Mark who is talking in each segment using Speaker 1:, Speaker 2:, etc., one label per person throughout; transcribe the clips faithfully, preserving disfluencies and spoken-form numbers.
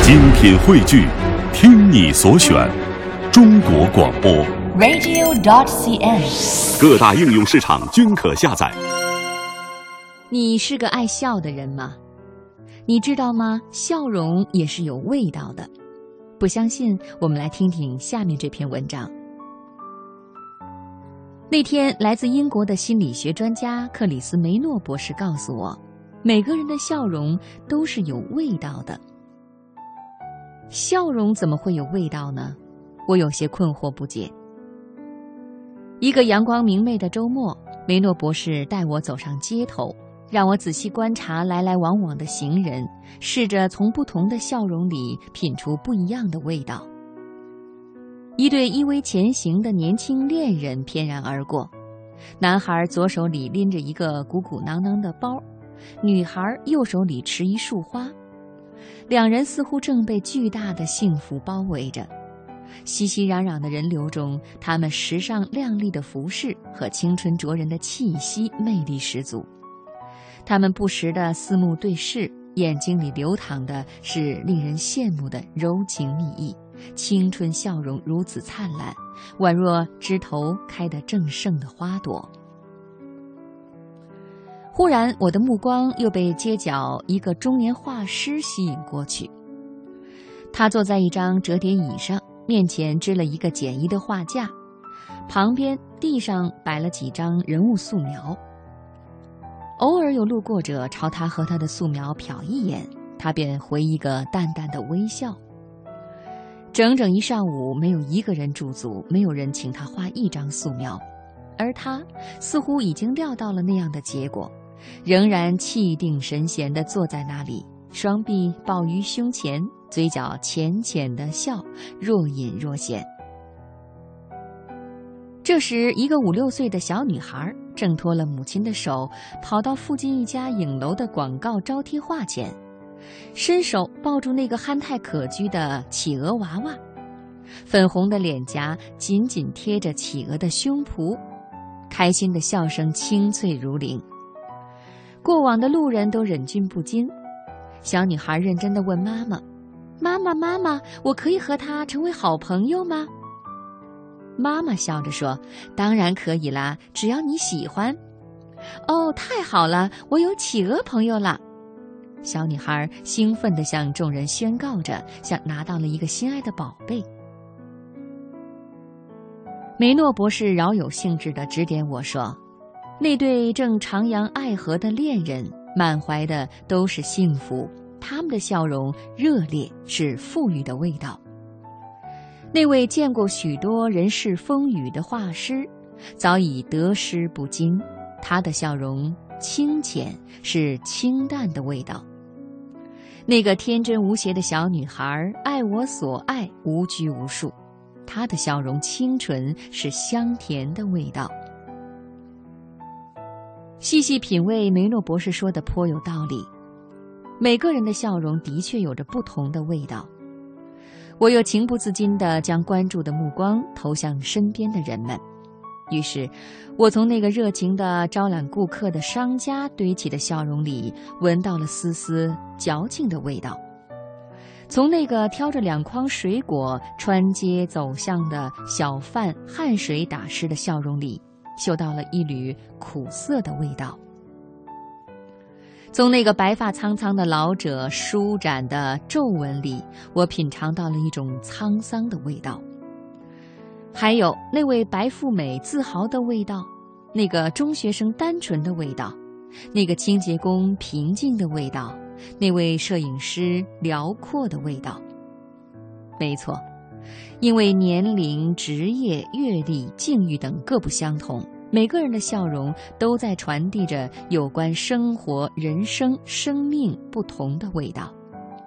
Speaker 1: 精品汇聚，听你所选，中国广播
Speaker 2: radio dot c n，
Speaker 1: 各大应用市场均可下载。
Speaker 3: 你是个爱笑的人吗？你知道吗？笑容也是有味道的。不相信，我们来听听下面这篇文章。那天，来自英国的心理学专家克里斯梅诺博士告诉我，每个人的笑容都是有味道的。笑容怎么会有味道呢？我有些困惑不解。一个阳光明媚的周末，梅诺博士带我走上街头，让我仔细观察来来往往的行人，试着从不同的笑容里品出不一样的味道。一对依偎前行的年轻恋人翩然而过，男孩左手里拎着一个鼓鼓囊囊的包，女孩右手里持一束花，两人似乎正被巨大的幸福包围着。熙熙攘攘的人流中，他们时尚亮丽的服饰和青春灼人的气息魅力十足。他们不时地四目对视，眼睛里流淌的是令人羡慕的柔情蜜意，青春笑容如此灿烂，宛若枝头开得正盛的花朵。忽然，我的目光又被街角一个中年画师吸引过去。他坐在一张折叠椅上，面前支了一个简易的画架，旁边地上摆了几张人物素描。偶尔有路过者朝他和他的素描瞟一眼，他便回一个淡淡的微笑。整整一上午，没有一个人驻足，没有人请他画一张素描，而他似乎已经料到了那样的结果，仍然气定神闲地坐在那里，双臂抱于胸前，嘴角浅浅的笑，若隐若现。这时，一个五六岁的小女孩挣脱了母亲的手，跑到附近一家影楼的广告招贴画前，伸手抱住那个憨态可掬的企鹅娃娃，粉红的脸颊紧紧贴着企鹅的胸脯，开心的笑声清脆如铃。过往的路人都忍俊不禁。小女孩认真地问妈妈：“妈妈，妈妈，我可以和他成为好朋友吗？”妈妈笑着说：“当然可以啦，只要你喜欢。”“哦，太好了，我有企鹅朋友了！”小女孩兴奋地向众人宣告着，像拿到了一个心爱的宝贝。梅诺博士饶有兴致地指点我说：“那对正徜徉爱河的恋人，满怀的都是幸福，他们的笑容热烈，是富裕的味道。那位见过许多人世风雨的画师，早已得失不惊，他的笑容清浅，是清淡的味道。那个天真无邪的小女孩，爱我所爱，无拘无束，她的笑容清纯，是香甜的味道。”细细品味，梅诺博士说的颇有道理。每个人的笑容的确有着不同的味道。我又情不自禁地将关注的目光投向身边的人们，于是我从那个热情地招揽顾客的商家堆起的笑容里，闻到了丝丝嚼劲的味道。从那个挑着两筐水果穿街走巷的小贩汗水打湿的笑容里，嗅到了一缕苦涩的味道。从那个白发苍苍的老者舒展的皱纹里，我品尝到了一种沧桑的味道。还有那位白富美自豪的味道，那个中学生单纯的味道，那个清洁工平静的味道，那位摄影师辽阔的味道。没错，因为年龄、职业、阅历、境遇等各不相同，每个人的笑容都在传递着有关生活、人生、生命不同的味道。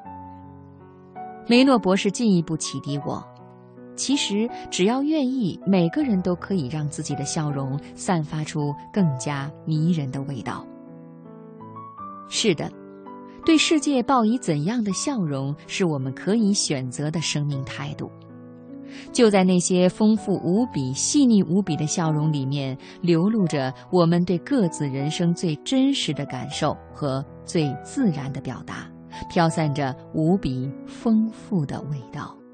Speaker 3: 梅诺博士进一步启迪我，其实只要愿意，每个人都可以让自己的笑容散发出更加迷人的味道。是的，对世界抱以怎样的笑容，是我们可以选择的生命态度。就在那些丰富无比、细腻无比的笑容里面，流露着我们对各自人生最真实的感受和最自然的表达， 飘散着无比丰富的味道。